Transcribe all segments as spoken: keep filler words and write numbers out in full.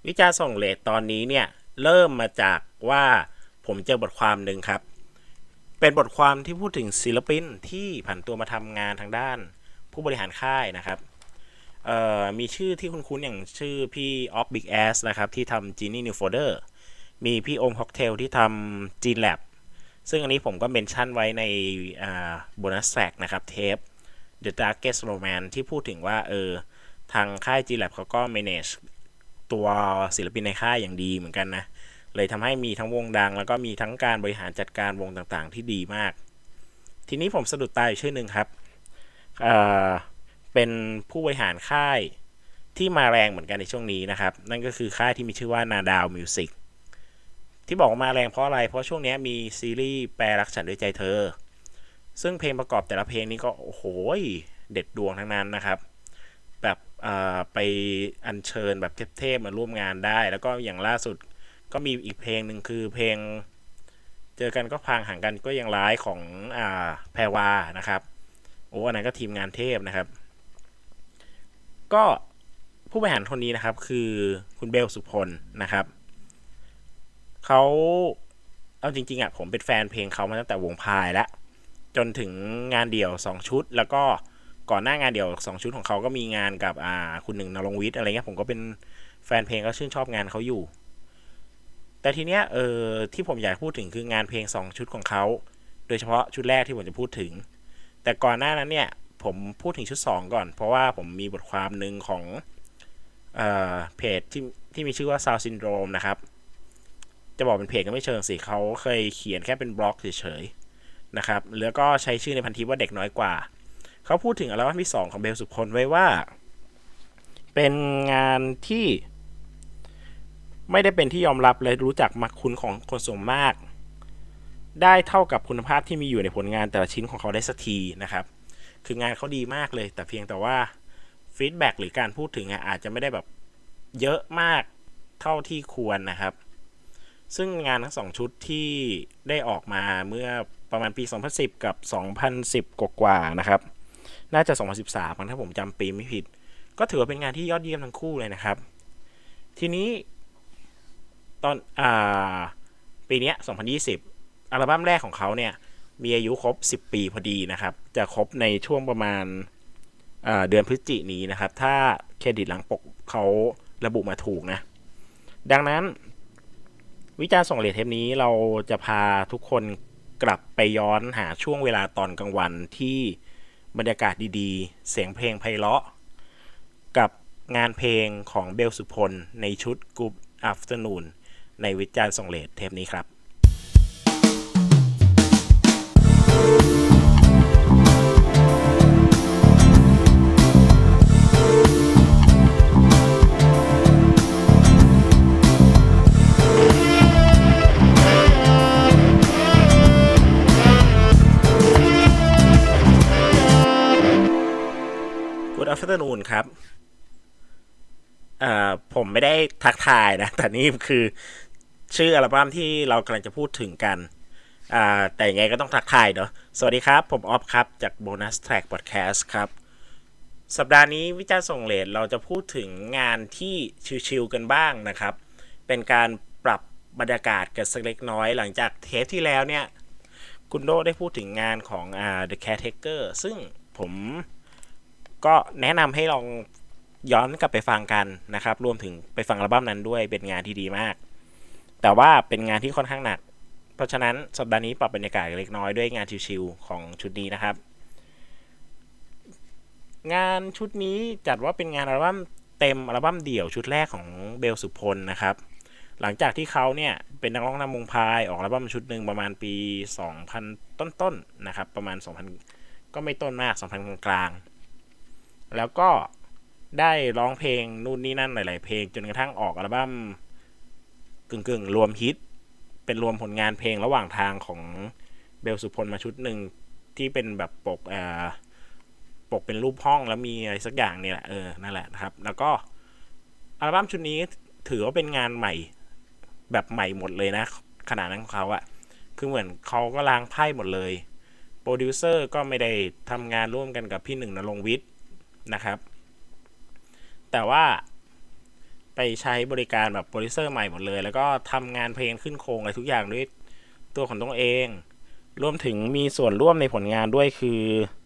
วิจารณ์ส่งเรทตอนนี้เนี่ยเริ่มมาจากว่าผมเจอบทความหนึ่งครับเป็นบทความที่พูดถึงศิลปินที่ผันตัวมาทำงานทางด้านผู้บริหารค่ายนะครับมีชื่อที่คุ้นๆอย่างชื่อพี่ออฟบิ๊กแอสนะครับที่ทำ Genie New Folder มีพี่โอมค็อกเทลที่ทำ Gene Lab ซึ่งอันนี้ผมก็เมนชั่นไว้ในโบนัสแทร็กนะครับเทป The Darkest Romance ที่พูดถึงว่าเออทางค่าย Gene Lab เขาก็ manage ตัวศิลปินในค่ายอย่างดีเหมือนกันนะเลยทำให้มีทั้งวงดังแล้วก็มีทั้งการบริหารจัดการวงต่างๆที่ดีมากทีนี้ผมสะดุดตาอยู่ชื่อหนึ่งครับเอ่อเป็นผู้บริหารค่ายที่มาแรงเหมือนกันในช่วงนี้นะครับนั่นก็คือค่ายที่มีชื่อว่านาดาวมิวสิกที่บอกมาแรงเพราะอะไรเพราะช่วงนี้มีซีรีส์แปลรักฉันด้วยใจเธอซึ่งเพลงประกอบแต่ละเพลงนี้ก็โอ้โหเด็ดดวงทั้งนั้นนะครับแบบไปอัญเชิญแบบเทพๆมาร่วมงานได้แล้วก็อย่างล่าสุดก็มีอีกเพลงหนึ่งคือเพลงเจอกันก็พางห่างกันก็ยังร้ายของอ่าแพรวานะครับโอ้อันนั้นก็ทีมงานเทพนะครับก็ผู้บริหารคนนี้นะครับคือคุณเบลสุพลนะครับเขาเอาจริงๆอ่ะผมเป็นแฟนเพลงเขามาตั้งแต่วงพายแล้วจนถึงงานเดี่ยวสองชุดแล้วก็ก่อนหน้างานเดี่ยวสองชุดของเขาก็มีงานกับอ่าคุณหนึ่งนรงค์วิทย์อะไรเงี้ยผมก็เป็นแฟนเพลงก็ชื่นชอบงานเขาอยู่แต่ทีเนี้ยเออที่ผมอยากพูดถึงคืองานเพลงสองชุดของเขาโดยเฉพาะชุดแรกที่ผมจะพูดถึงแต่ก่อนหน้านั้นเนี่ยผมพูดถึงชุดสองก่อนเพราะว่าผมมีบทความหนึ่งของเอ่อเพจที่ที่มีชื่อว่า Sound Syndrome นะครับจะบอกเป็นเพจก็ไม่เชิงสิเขาเคยเขียนแค่เป็นบล็อกเฉยๆนะครับแล้วก็ใช้ชื่อในพันทิปว่าเด็กน้อยกว่าเขาพูดถึงอัลบั้มที่สองของเบลสุพลไว้ว่าเป็นงานที่ไม่ได้เป็นที่ยอมรับและรู้จักมักคุ้นของคนส่วนมากได้เท่ากับคุณภาพที่มีอยู่ในผลงานแต่ละชิ้นของเขาได้สักทีนะครับคืองานเขาดีมากเลยแต่เพียงแต่ว่าฟีดแบ็กหรือการพูดถึงอาจจะไม่ได้แบบเยอะมากเท่าที่ควรนะครับซึ่งงานทั้งสองชุดที่ได้ออกมาเมื่อประมาณปีสองพันสิบกับสองพันสิบกว่าๆนะครับน่าจะสองพันสิบสามถ้าผมจำปีไม่ผิดก็ถือว่าเป็นงานที่ยอดเยี่ยมทั้งคู่เลยนะครับทีนี้ตอนอ่าปีนี้สองพันยี่สิบอัลบั้มแรกของเขาเนี่ยมีอายุครบสิบปีพอดีนะครับจะครบในช่วงประมาณเดือนพฤศจิกายนนี้นะครับถ้าเครดิตหลังปกเขาระบุมาถูกนะดังนั้นวิจารณ์ส่งเรทเทปนี้เราจะพาทุกคนกลับไปย้อนหาช่วงเวลาตอนกลางวันที่บรรยากาศดีๆเสียงเพลงไพเราะกับงานเพลงของเบลสุพลในชุด Good Afternoon ในวิจารณ์ส่งเรทเทปนี้ครับอัฟเตอร์นูนครับผมไม่ได้ทักทายนะแต่นี่คือชื่ออัลบั้มที่เรากำลังจะพูดถึงกันแต่ยังไงก็ต้องทักทายเนาะสวัสดีครับผมออฟครับจาก Bonus Track Podcast ครับสัปดาห์นี้วิจารณ์ส่งเรทเราจะพูดถึงงานที่ชิลๆกันบ้างนะครับเป็นการปรับบรรยากาศกันสักเล็กน้อยหลังจากเทปที่แล้วเนี่ยคุณโดได้พูดถึงงานของอ่า The Caretaker ซึ่งผมก็แนะนำให้ลองย้อนกลับไปฟังกันนะครับรวมถึงไปฟังอัลบั้มนั้นด้วยเป็นงานที่ดีมากแต่ว่าเป็นงานที่ค่อนข้างหนักเพราะฉะนั้นสัปดาห์นี้ปรับบรรยากาศเล็กน้อยด้วยงานชิลๆของชุดนี้นะครับงานชุดนี้จัดว่าเป็นงานอัลบั้มเต็มอัลบั้มเดี่ยวชุดแรกของเบลสุพลนะครับหลังจากที่เขาเนี่ยเป็นนักร้องนำวงพายออกอัลบั้มชุดหนึ่งประมาณปีสองพันต้นๆนะครับประมาณสองพันก็ไม่ต้นมากสองพันกลางๆแล้วก็ได้ร้องเพลงนู่นนี่นั่นหลายๆเพลงจนกระทั่งออกอัลบั้มกึ่งๆรวมฮิตเป็นรวมผลงานเพลงระหว่างทางของเบลสุพลมาชุดหนึ่งที่เป็นแบบปกอ่าปกเป็นรูปห้องแล้วมีอะไรสักอย่างนี่แหละเออนั่นแหละนะครับแล้วก็อัลบั้มชุดนี้ถือว่าเป็นงานใหม่แบบใหม่หมดเลยนะขนาดนั้นของเขาอะคือเหมือนเขาก็ล้างไพ่หมดเลยโปรดิวเซอร์ก็ไม่ได้ทำงานร่วมกันกับพี่หนึ่งนรงค์วิทย์นะครับแต่ว่าไปใช้บริการแบบโปรดิวเซอร์ใหม่หมดเลยแล้วก็ทำงานเพลงขึ้นโครงอะไรทุกอย่างด้วยตัวของตัวเองรวมถึงมีส่วนร่วมในผลงานด้วยคือ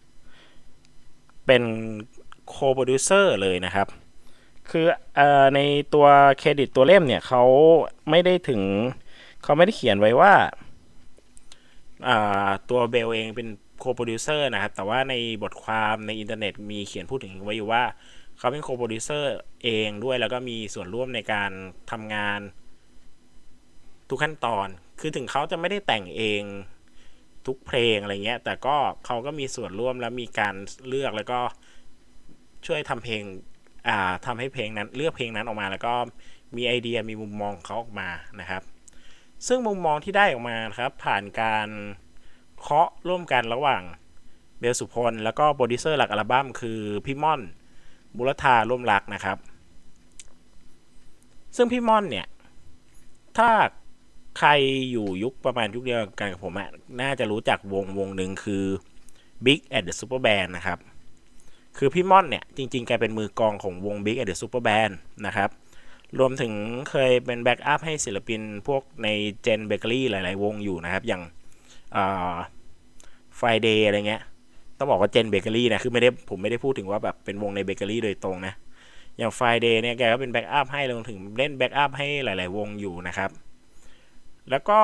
เป็นโคโปรดิวเซอร์เลยนะครับคือเอ่อในตัวเครดิตตัวเล่มเนี่ยเขาไม่ได้ถึงเขาไม่ได้เขียนไว้ว่าอ่าตัวเบลเองเป็นโคโปรดิวเซอร์นะครับแต่ว่าในบทความในอินเทอร์เน็ตมีเขียนพูดถึงไว้อยู่ว่าเขาเป็นโคโปรดิวเซอร์เองด้วยแล้วก็มีส่วนร่วมในการทำงานทุกขั้นตอนคือถึงเขาจะไม่ได้แต่งเองทุกเพลงอะไรเงี้ยแต่ก็เขาก็มีส่วนร่วมและมีการเลือกแล้วก็ช่วยทำเพลงอ่าทำให้เพลงนั้นเลือกเพลงนั้นออกมาแล้วก็มีไอเดียมีมุมมองเขาออกมานะครับซึ่งมุมมองที่ได้ออกมาครับผ่านการเคาะร่วมกันระหว่างเบลสุพลแล้วก็โปรดิวเซอร์หลักอัลบั้มคือพี่ม่อนบุรธาร่วมรักนะครับซึ่งพี่ม่อนเนี่ยถ้าใครอยู่ยุคประมาณยุคเดียวกันกับผมอะน่าจะรู้จักวงวงหนึ่งคือ Big and the Super Band นะครับคือพี่ม่อนเนี่ยจริงๆแกเป็นมือกลองของวง Big and the Super Band นะครับรวมถึงเคยเป็นแบ็กอัพให้ศิลปินพวกในเจนเบเกอรี่หลายๆวงอยู่นะครับอย่างไฟเดย์อะไรเงี้ยต้องบอกว่าเจนเบเกอรี่นะคือไม่ได้ผมไม่ได้พูดถึงว่าแบบเป็นวงในเบเกอรี่โดยตรงนะอย่างไฟเดย์เนี่ยแกก็เป็นแบ็กอัพให้รวมถึงเล่นแบ็กอัพให้หลายๆวงอยู่นะครับแล้วก็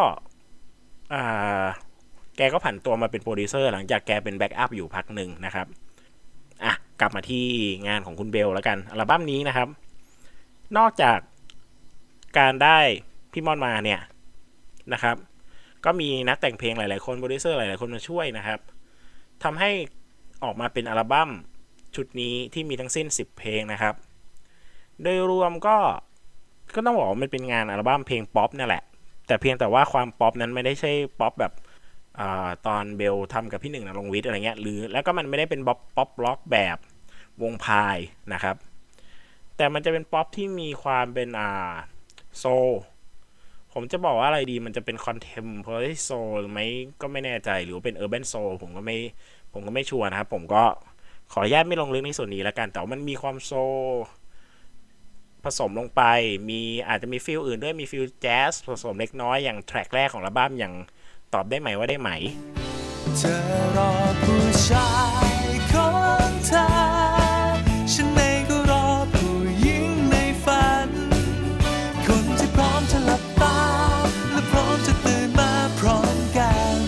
แกก็ผันตัวมาเป็นโปรดิวเซอร์หลังจากแกเป็นแบ็กอัพอยู่พักหนึ่งนะครับอ่ะกลับมาที่งานของคุณเบลแล้วกันอัลบั้มนี้นะครับนอกจากการได้พี่ม่อนมาเนี่ยนะครับก็มีนักแต่งเพลงหลายๆคนโปรดิวเซอร์หลายๆคนมาช่วยนะครับทำให้ออกมาเป็นอัลบั้มชุดนี้ที่มีทั้งสิ้นสิบเพลงนะครับโดยรวมก็ก็ต้องบอกว่ามันเป็นงานอัลบั้มเพลงป๊อปนั่นแหละแต่เพียงแต่ว่าความป๊อปนั้นไม่ได้ใช่ป๊อปแบบอ่าตอนเบลทำกับพี่หนึ่งณรงค์วิทย์อะไรเงี้ยหรือแล้วก็มันไม่ได้เป็นป๊อปป๊อปร็อกแบบวงพายนะครับแต่มันจะเป็นป๊อปที่มีความเป็นอ่าโซลผมจะบอกว่าอะไรดีมันจะเป็นคอนเทมพอริโซลหรือไม่ก็ไม่แน่ใจหรือว่าเป็นเออร์แบนโซลผมก็ไม่ผมก็ไม่ชัวร์นะครับผมก็ขออนุญาตไม่ลงลึกในส่วนนี้แล้วกันแต่ว่ามันมีความโซลผสมลงไปมีอาจจะมีฟิลอื่นด้วยมีฟิลแจ๊สผสมเล็กน้อยอย่างแทร็กแรกของอัลบั้มอย่างตอบได้ไหมว่าได้ไหมเธอรอผู้ชายของเธอฉันเองก็รอผู้หญิงในฝันคนที่พร้อมจะหลับตาและพร้อมจะตื่นมาพร้อมกัน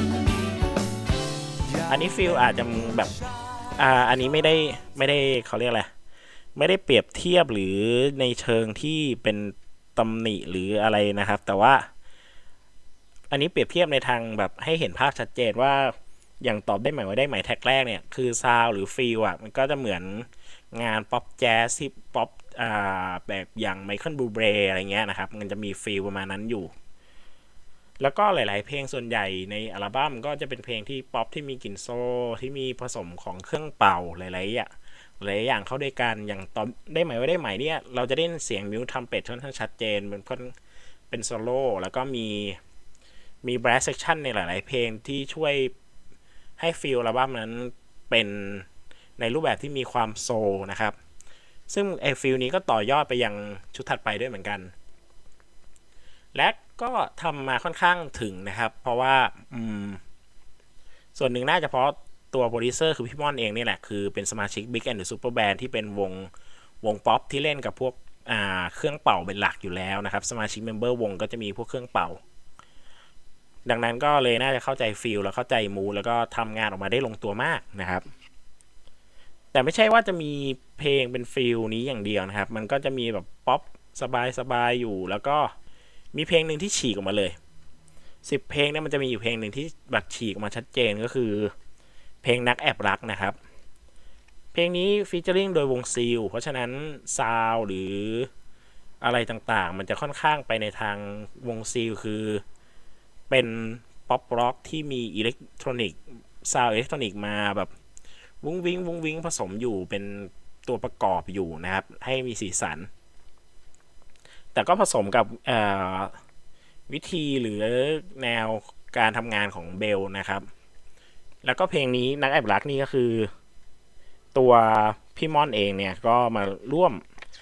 อันนี้ฟิลอาจจะแบบอ่าอันนี้ไม่ได้ไม่ได้เขาเรียกอะไรไม่ได้เปรียบเทียบหรือในเชิงที่เป็นตำหนิหรืออะไรนะครับแต่ว่าอันนี้เปรียบเทียบในทางแบบให้เห็นภาพชัดเจนว่าอย่างตอบได้ไหมว่าได้ไหมแท็กแรกเนี่ยคือซาวหรือฟีลอ่ะมันก็จะเหมือนงานป๊อปแจ๊สที่ป๊อปอ่าแบบอย่างไมเคิลบูเบรอะไรเงี้ยนะครับมันจะมีฟีลประมาณนั้นอยู่แล้วก็หลายๆเพลงส่วนใหญ่ในอัลบั้มก็จะเป็นเพลงที่ป๊อปที่มีกลิ่นโซที่มีผสมของเครื่องเป่าหลายๆอย่างหลายอย่างเข้าด้วยกันอย่างตอบได้ไหมว่าได้ไหมเนี่ยเราจะได้เสียงมิวทรัมเป็ตค่อนข้างชัดเจนเป็นเป็นโซโล่แล้วก็มีมีแบรสเซคชั่นในหลายๆเพลงที่ช่วยให้ฟีลอัลบั้มนั้นเป็นในรูปแบบที่มีความโซลนะครับซึ่งไอฟีลนี้ก็ต่อยอดไปยังชุดถัดไปด้วยเหมือนกันและก็ทำมาค่อนข้างถึงนะครับเพราะว่าส่วนหนึ่งน่าจะเพราะตัวโปรดิวเซอร์คือพี่ม่อนเองนี่แหละคือเป็นสมาชิก Big and the Super Band ที่เป็นวงวงป๊อปที่เล่นกับพวกเครื่องเป่าเป็นหลักอยู่แล้วนะครับสมาชิกเมมเบอร์วงก็จะมีพวกเครื่องเป่าดังนั้นก็เลยน่าจะเข้าใจฟีลแล้วเข้าใจมูแล้วก็ทำงานออกมาได้ลงตัวมากนะครับแต่ไม่ใช่ว่าจะมีเพลงเป็นฟีลนี้อย่างเดียวนะครับมันก็จะมีแบบป๊อปสบายๆอยู่แล้วก็มีเพลงหนึ่งที่ฉีกออกมาเลยสิบเพลงเนี่ยมันจะมีอยู่เพลงหนึ่งที่แบบฉีกออกมาชัดเจนก็คือเพลงนักแอบรักนะครับเพลงนี้ฟีเจอริ่งโดยวงซีลเพราะฉะนั้นซาวหรืออะไรต่างๆมันจะค่อนข้างไปในทางวงซีลคือเป็นป๊อปร็อกที่มีอิเล็กทรอนิกส์ซาวด์อิเล็กทรอนิกส์มาแบบวุ้งวิ้งวุ้งวิ้งผสมอยู่เป็นตัวประกอบอยู่นะครับให้มีสีสันแต่ก็ผสมกับวิธีหรือแนวการทำงานของเบลนะครับแล้วก็เพลงนี้นักแอบรักนี่ก็คือตัวพี่ม่อนเองเนี่ยก็มาร่วม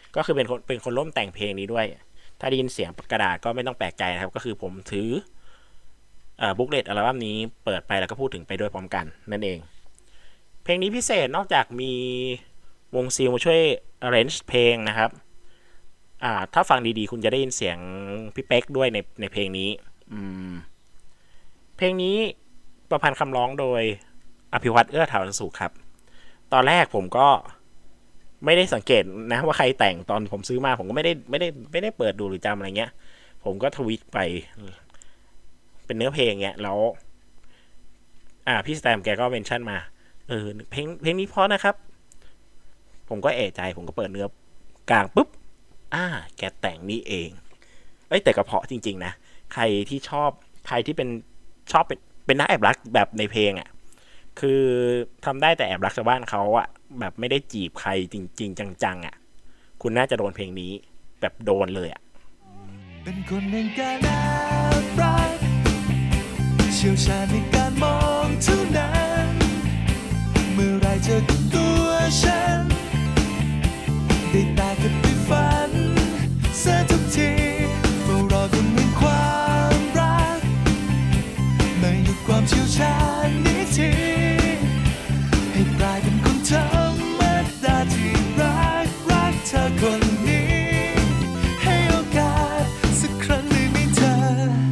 ก็คือเป็นคนเป็นคนร่วมแต่งเพลงนี้ด้วยถ้าได้ยินเสียงกระดาษก็ไม่ต้องแปลกใจนะครับก็คือผมถือบุ๊กเลตอัลบั้มนี้เปิดไปแล้วก็พูดถึงไปด้วยพร้อมกันนั่นเองเพลงนี้พิเศษนอกจากมีวงซิลมาช่วย arrange เพลงนะครับอ่าถ้าฟังดีๆคุณจะได้ยินเสียงพี่เป๊กด้วยในในเพลงนี้อืมเพลงนี้ประพันธ์คำร้องโดยอภิวัตรเอื้อถาวรสุขครับตอนแรกผมก็ไม่ได้สังเกตนะว่าใครแต่งตอนผมซื้อมาผมก็ไม่ได้ไม่ได้ไม่ได้เปิดดูหรือจำอะไรเงี้ยผมก็ทวีตไปเป็นเนื้อเพลงเงี้ยแล้วอ่าพี่สแตมแกก็เมนชั่นมาเออเพลงเพลงนี้เพราะนะครับผมก็เอะใจผมก็เปิดเนื้อกลางปุ๊บอ่าแกแต่งนี่เองเอ้ยแต่กระเพาะจริงๆนะใครที่ชอบใครที่เป็นชอบเป็นเป็นนักแอบรักแบบในเพลงอ่ะคือทำได้แต่แอบรักชาวบ้านเขาอ่ะแบบไม่ได้จีบใครจริงๆจังๆอ่ะคุณน่าจะโดนเพลงนี้แบบโดนเลยอ่ะเป็นคนแห่งการแอบรักเชี่ยวชาญในการมองเท่านั้นเมื่อไรเจอกับตัวฉันได้ตากับไปฝันเสียทุกทีเฝ้ารอคนแห่งความรักไม่หยุดความเชี่ยวชาญนี้ทีให้กลายเป็นคนธรรมดาที่รักรักเธอคนนี้ให้โอกาสสักครั้งได้ไหมเธอ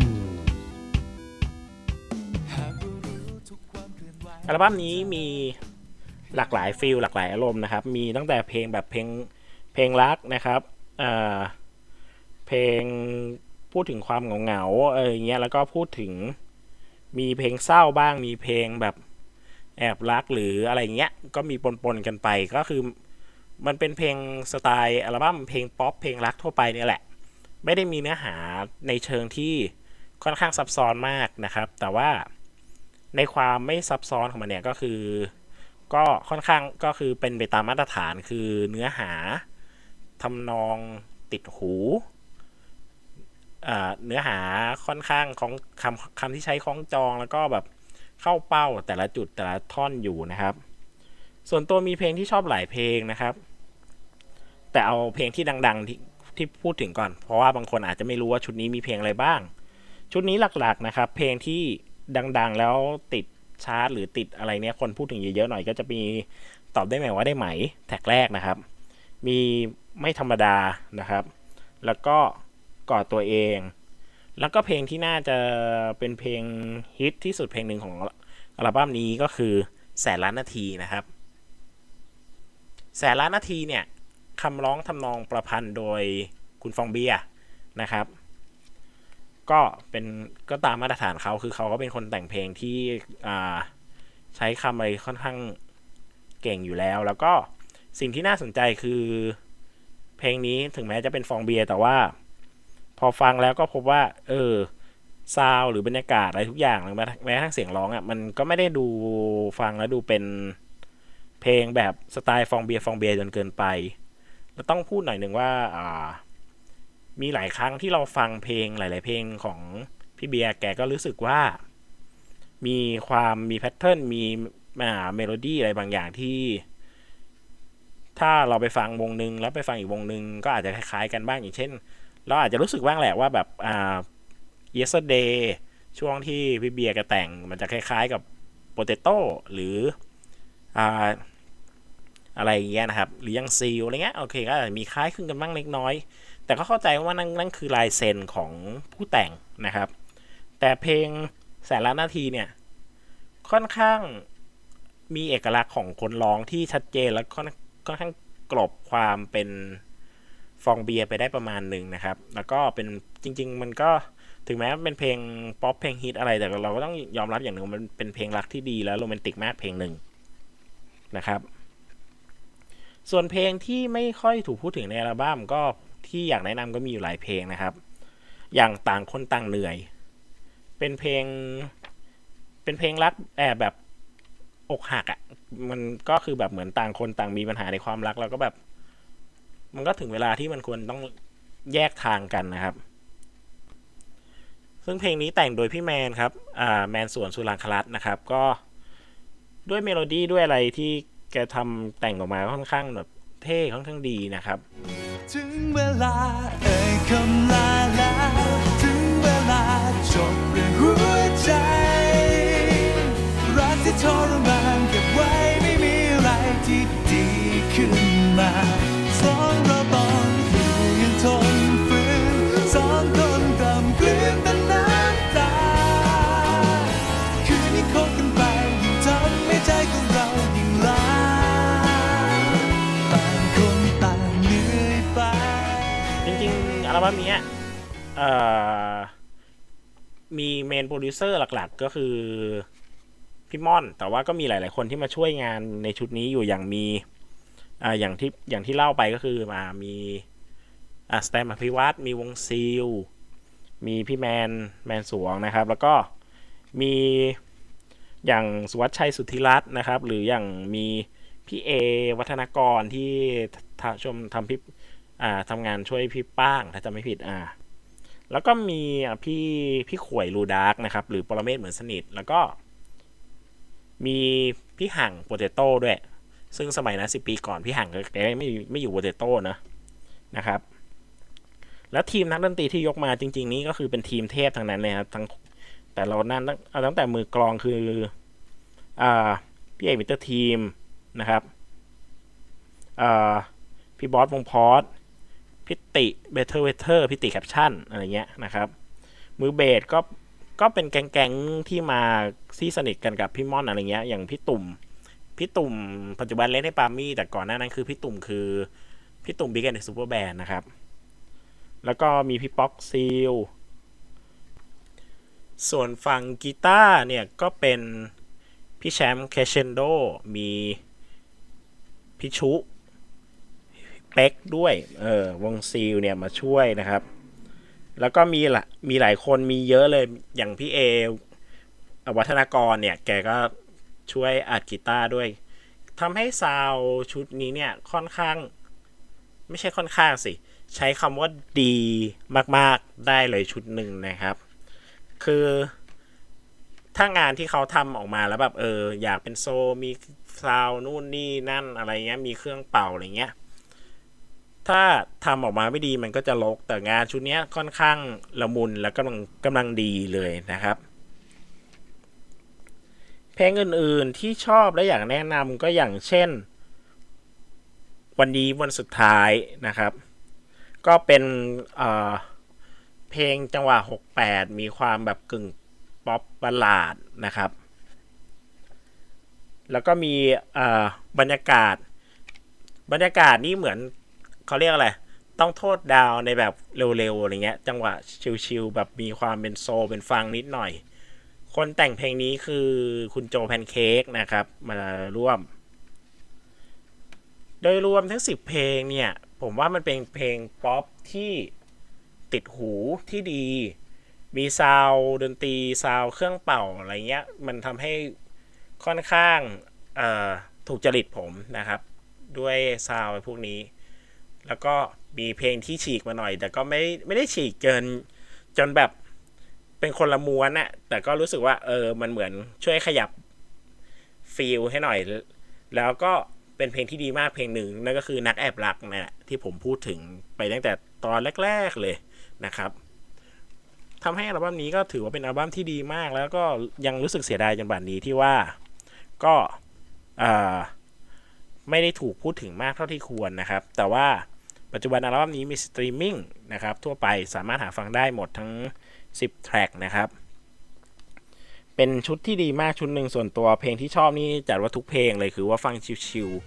อัลบั้มนี้มีหลากหลายฟีลหลากหลายอารมณ์นะครับมีตั้งแต่เพลงแบบเพลงเพลงรักนะครับอ่าเพลงพูดถึงความเหงาๆอะไรเงี้ยแล้วก็พูดถึงมีเพลงเศร้าบ้างมีเพลงแบบแอบรักหรืออะไรเงี้ยก็มีปนๆกันไปก็คือมันเป็นเพลงสไตล์อัลบั้มเพลงป๊อปเพลงรักทั่วไปเนี่ยแหละไม่ได้มีเนื้อหาในเชิงที่ค่อนข้างซับซ้อนมากนะครับแต่ว่าในความไม่ซับซ้อนของมันเนี่ยก็คือก็ค่อนข้างก็คือเป็นไปตามมาตรฐานคือเนื้อหาทำนองติดหูเนื้อหาค่อนข้างของคำคำที่ใช้คล้องจองแล้วก็แบบเข้าเป้าแต่ละจุดแต่ละท่อนอยู่นะครับส่วนตัวมีเพลงที่ชอบหลายเพลงนะครับแต่เอาเพลงที่ดังๆที่ที่พูดถึงก่อนเพราะว่าบางคนอาจจะไม่รู้ว่าชุดนี้มีเพลงอะไรบ้างชุดนี้หลักๆนะครับเพลงที่ดังๆแล้วติดชาร์ตหรือติดอะไรเนี้ยคนพูดถึงเยอะๆหน่อยก็จะมีตอบได้ไหมว่าได้ไหมแท็กแรกนะครับมีไม่ธรรมดานะครับแล้วก็กอดตัวเองแล้วก็เพลงที่น่าจะเป็นเพลงฮิตที่สุดเพลงหนึ่งของอัลบั้มนี้ก็คือแสนล้านนาทีนะครับแสนล้านนาทีเนี่ยคำร้องทำนองประพันธ์โดยคุณฟองเบียร์นะครับก็เป็นก็ตามมาตรฐานเขาคือเขาก็เป็นคนแต่งเพลงที่ใช้คำอะไรค่อนข้างเก่งอยู่แล้วแล้วก็สิ่งที่น่าสนใจคือเพลงนี้ถึงแม้จะเป็นฟองเบียร์แต่ว่าพอฟังแล้วก็พบว่าเออซาวหรือบรรยากาศอะไรทุกอย่างแม้ทั้งเสียงร้องอ่ะมันก็ไม่ได้ดูฟังแล้วดูเป็นเพลงแบบสไตล์ฟองเบียร์ฟองเบียร์จนเกินไปแล้วต้องพูดหน่อยหนึ่งว่าอ่ามีหลายครั้งที่เราฟังเพลงหลายๆเพลงของพี่เบียร์แกก็รู้สึกว่ามีความมีแพทเทิร์นมีอ่าเมโลดี้อะไรบางอย่างที่ถ้าเราไปฟังวงนึงแล้วไปฟังอีกวงนึงก็อาจจะคล้ายๆกันบ้างอย่างเช่นเราอาจจะรู้สึกบ้างแหละว่าแบบอ่า yesterday ช่วงที่พี่เบียร์แกแต่งมันจะคล้ายๆกับ potato หรืออ่าอะไรอย่างเงี้ยนะครับหรือยังซีลอะไรเงี้ยโอเคก็อาจจะมีคล้ายคลึงกันบ้างเล็กน้อยแต่ก็เข้าใจว่านั่นนั่นคือลายเซ็นของผู้แต่งนะครับแต่เพลงแสนล้านนาทีเนี่ยค่อนข้างมีเอกลักษณ์ของคนร้องที่ชัดเจนและค่อนค่อนข้างกลบความเป็นฟองเบียร์ไปได้ประมาณหนึ่งนะครับแล้วก็เป็นจริงๆมันก็ถึงแม้เป็นเพลงป๊อปเพลงฮิตอะไรแต่เราก็ต้องยอมรับอย่างหนึ่งมันเป็นเพลงรักที่ดีและโรแมนติกมากเพลงหนึ่งนะครับส่วนเพลงที่ไม่ค่อยถูกพูดถึงในอัลบั้มก็ที่อยากแนะนำก็มีอยู่หลายเพลงนะครับอย่างต่างคนต่างเหนื่อยเป็นเพลงเป็นเพลงรักแอบแบบอกหักอ่ะมันก็คือแบบเหมือนต่างคนต่างมีปัญหาในความรักแล้วก็แบบมันก็ถึงเวลาที่มันควรต้องแยกทางกันนะครับซึ่งเพลงนี้แต่งโดยพี่แมนครับอ่าแมนสวนสุรางคลัตน์นะครับก็ด้วยเมโลดี้ด้วยอะไรที่แกทำแต่งออกมาค่อนข้างแบบเท่ค่อนข้างดีนะครับถึงเวลาเอ่ยคำลาแล้วถึงเวลาจบเรื่องหัวใจรักที่ทรมานเก็บไว้ไม่มีอะไรที่ดีขึ้นมาสองเราต้องอยู่ยังทนฝืนสองคนกล่ำกลืนแต่น้ำตาคืนนี้คบกันไปยิ่งทำให้ใจของเรายิ่งล้าต่างคนต่างเหนื่อยไปจริงๆอัลบั้มนี้เอ่อมีเมนโปรดิวเซอร์หลักๆก็คือพี่ม่อนแต่ว่าก็มีหลายๆคนที่มาช่วยงานในชุดนี้อยู่อย่างมีอ่าอย่างที่อย่างที่เล่าไปก็คือมามีอ่าสแตมอภิวัตมีวงซีลมีพี่แมนแมนสวงนะครับแล้วก็มีอย่างสุวัชชัยสุทธิรัตน์นะครับหรืออย่างมีพี่เอวัฒนกรที่ชมทำพี่อ่าทำงานช่วยพี่ป้างถ้าจำไม่ผิดอ่าแล้วก็มีพี่พี่ขวยลูดาร์กนะครับหรือปรเมศเหมือนสนิทแล้วก็มีพี่ห่างโปเตโต้ด้วยซึ่งสมัยนั้นสิบปีก่อนพี่ห่างก็ไม่ไม่อยู่โปเตโต้นะนะครับแล้วทีมนักดนตรีที่ยกมาจริงๆนี้ก็คือเป็นทีมเทพทั้งนั้นเลยครับทั้งแต่เรานั่นเอาตั้งแต่มือกลองคืออ่าพี่เอกมิเตอร์ทีมนะครับอ่าพี่บอสวงพอสพิติเบเทอร์เวเทอร์พิติแคปชั่นอะไรเงี้ยนะครับมือเบสก็ก็เป็นแก๊งๆที่มาที่สนิทกันกับพี่ม่อนอะไรเงี้ยอย่างพี่ตุ่มพี่ตุ่มปัจจุบันเล่นในปาล์มี่แต่ก่อนหน้านั้นคือพี่ตุ่มคือพี่ตุ่มบิ๊กแอนด์ซูเปอร์แบนด์นะครับแล้วก็มีพี่ป๊อกซีลส่วนฝั่งกีตาร์เนี่ยก็เป็นพี่แชมป์เคเชนโดมีพี่ชุเป็กด้วยเออวงซีลเนี่ยมาช่วยนะครับแล้วก็มีละมีหลายคนมีเยอะเลยอย่างพี่เอวัฒนากรเนี่ยแกก็ช่วยอัดกีตาร์ด้วยทำให้ซาวชุดนี้เนี่ยค่อนข้างไม่ใช่ค่อนข้างสิใช้คำว่าดีมากๆได้เลยชุดหนึ่งนะครับคือถ้างานที่เขาทำออกมาแล้วแบบเอออยากเป็นโซมีซาวนู่นนี่นั่นอะไรเงี้ยมีเครื่องเป่าอะไรเงี้ยถ้าทำออกมาไม่ดีมันก็จะรกแต่งานชุดนี้ค่อนข้างละมุนและกำลังกำลังดีเลยนะครับเพลงอื่นๆที่ชอบและอยากแนะนำก็อย่างเช่นวันนี้วันสุดท้ายนะครับก็เป็นเอ่อเพลงจังหวะหกแปดมีความแบบกึ่งป๊อปบัลลาดนะครับแล้วก็มีเอ่อบรรยากาศบรรยากาศนี่เหมือนเขาเรียกอะไรต้องโทษดาวในแบบเร็วๆอะไรเงี้ยจังหวะชิลๆแบบมีความเป็นโซลเป็นฟังนิดหน่อยคนแต่งเพลงนี้คือคุณโจแพนเค้กนะครับมาร่วมโดยรวมทั้งสิบเพลงเนี่ยผมว่ามันเป็นเพลงป๊อปที่ติดหูที่ดีมีซาวด์ดนตรีซาวด์เครื่องเป่าอะไรเงี้ยมันทำให้ค่อนข้างเอ่อถูกจริตผมนะครับด้วยซาวด์พวกนี้แล้วก็มีเพลงที่ฉีกมาหน่อยแต่ก็ไม่ไม่ได้ฉีกเกินจนแบบเป็นคนละม้วนน่ะแต่ก็รู้สึกว่าเออมันเหมือนช่วยขยับฟีลให้หน่อยแล้วก็เป็นเพลงที่ดีมากเพลงหนึ่งนั่นก็คือนักแอบรักนั่นแหละที่ผมพูดถึงไปตั้งแต่ตอนแรกๆเลยนะครับทำให้อัลบั้มนี้ก็ถือว่าเป็นอัลบั้มที่ดีมากแล้วก็ยังรู้สึกเสียดายจนบัดนี้ที่ว่าก็อ่าไม่ได้ถูกพูดถึงมากเท่าที่ควรนะครับแต่ว่าปัจจุบันอัลบั้มนี้มีสตรีมมิ่งนะครับทั่วไปสามารถหาฟังได้หมดทั้งสิบแทร็กนะครับเป็นชุดที่ดีมากชุดหนึ่งส่วนตัวเพลงที่ชอบนี่จัดว่าทุกเพลงเลยคือว่าฟังชิลๆ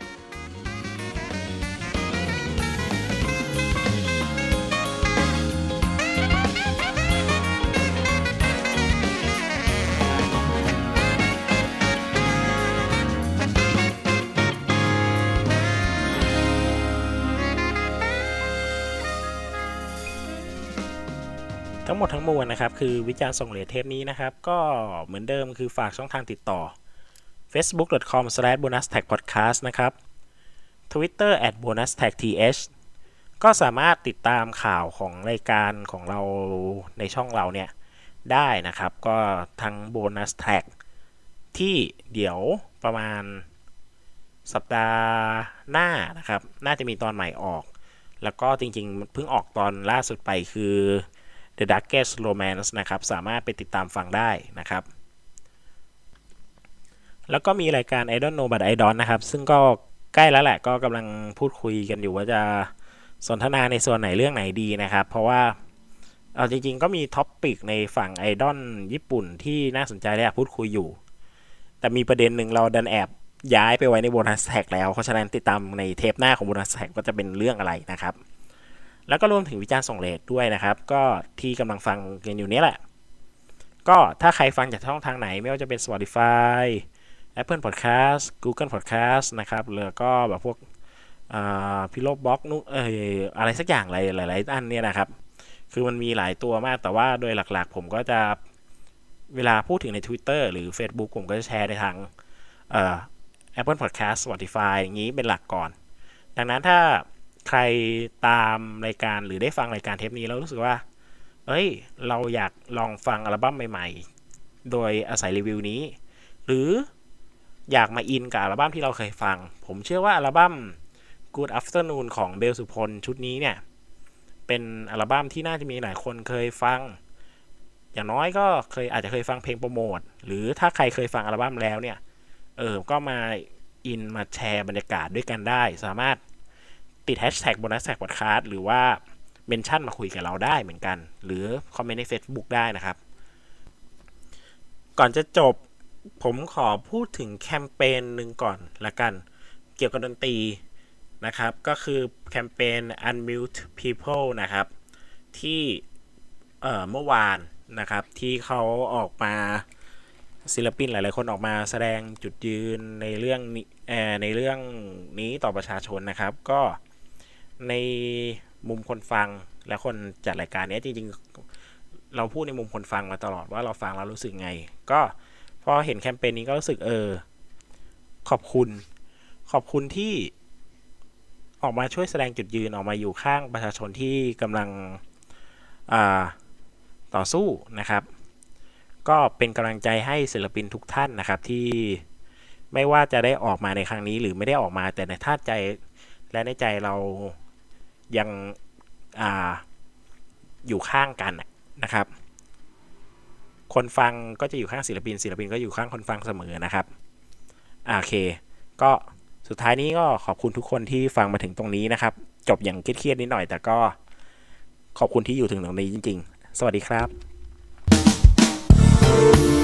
ทั้งหมดทั้งมวลนะครับคือวิจารณ์ส่งเหรียญเทปนี้นะครับก็เหมือนเดิมคือฝากช่องทางติดต่อ เฟซบุ๊ก ดอท คอม สแลช โบนัสแท็ก พอดแคสต์ นะครับ ทวิตเตอร์ แอท โบนัสแท็ก ที เอช ก็สามารถติดตามข่าวของรายการของเราในช่องเราเนี่ยได้นะครับก็ทั้ง Bonus Track ที่เดี๋ยวประมาณสัปดาห์หน้านะครับน่าจะมีตอนใหม่ออกแล้วก็จริงๆเพิ่งออกตอนล่าสุดไปคือ The Darkest Romance นะครับสามารถไปติดตามฟังได้นะครับแล้วก็มีรายการ I Don't Know But I Don't นะครับซึ่งก็ใกล้แล้วแหละก็กำลังพูดคุยกันอยู่ว่าจะสนทนาในส่วนไหนเรื่องไหนดีนะครับเพราะว่าเอาจริงๆก็มีท็อปปิกในฝั่งไอดอลญี่ปุ่นที่น่าสนใจและอยากพูดคุยอยู่แต่มีประเด็นหนึ่งเราดันแอบย้ายไปไว้ในโบนัสแท็กแล้วเพราะฉะนั้นติดตามในเทปหน้าของโบนัสแท็กก็จะเป็นเรื่องอะไรนะครับแล้วก็รวมถึงวิจารณ์ส่งเลทด้วยนะครับก็ที่กำลังฟังกันอยู่นี้แหละก็ถ้าใครฟังจากช่องทางไหนไม่ว่าจะเป็น Spotify Apple Podcast Google Podcast นะครับแล้วก็แบบพวกพิโลบล็อกนู้เอออะไรสักอย่างอะไรหลายๆอันเนี่ยนะครับคือมันมีหลายตัวมากแต่ว่าโดยหลักๆผมก็จะเวลาพูดถึงใน Twitter หรือ Facebook ผมก็จะแชร์ในทางเอ่อ Apple Podcast Spotify อย่างนี้เป็นหลักก่อนดังนั้นถ้าใครตามรายการหรือได้ฟังรายการเทปนี้แล้วรู้สึกว่าเอ้ยเราอยากลองฟังอัลบั้มใหม่ๆโดยอาศัยรีวิวนี้หรืออยากมาอินกับอัลบั้มที่เราเคยฟังผมเชื่อว่าอัลบั้ม Good Afternoon ของเบลสุพลชุดนี้เนี่ยเป็นอัลบั้มที่น่าจะมีหลายคนเคยฟังอย่างน้อยก็เคยอาจจะเคยฟังเพลงโปรโมทหรือถ้าใครเคยฟังอัลบั้มแล้วเนี่ยเออก็มาอินมาแชร์บรรยากาศด้วยกันได้สามารถติดแฮชแท็กโบนัสแท็กพอดคาสต์หรือว่าเมนชั่นมาคุยกับเราได้เหมือนกันหรือคอมเมนต์ใน Facebook ได้นะครับก่อนจะจบผมขอพูดถึงแคมเปญหนึ่งก่อนละกันเกี่ยวกับดนตรีนะครับก็คือแคมเปญ Unmute People นะครับที่เอ่อเมื่อวานนะครับที่เขาออกมาศิลปินหลายๆคนออกมาแสดงจุดยืนในเรื่องนี้เอ่อในเรื่องนี้ต่อประชาชนนะครับก็ในมุมคนฟังและคนจัดรายการนี้จริงๆเราพูดในมุมคนฟังมาตลอดว่าเราฟังแล้วรู้สึกไงก็พอเห็นแคมเปญนี้ก็รู้สึกเออขอบคุณขอบคุณที่ออกมาช่วยแสดงจุดยืนออกมาอยู่ข้างประชาชนที่กำลังอ่าต่อสู้นะครับก็เป็นกำลังใจให้ศิลปินทุกท่านนะครับที่ไม่ว่าจะได้ออกมาในครั้งนี้หรือไม่ได้ออกมาแต่ในท่าใจและในใจเรายังอ่าอยู่ข้างกันนะครับคนฟังก็จะอยู่ข้างศิลปินศิลปินก็อยู่ข้างคนฟังเสมอนะครับโอเคก็สุดท้ายนี้ก็ขอบคุณทุกคนที่ฟังมาถึงตรงนี้นะครับจบอย่างเครียดๆนิดหน่อยแต่ก็ขอบคุณที่อยู่ถึงตรงนี้จริงๆสวัสดีครับ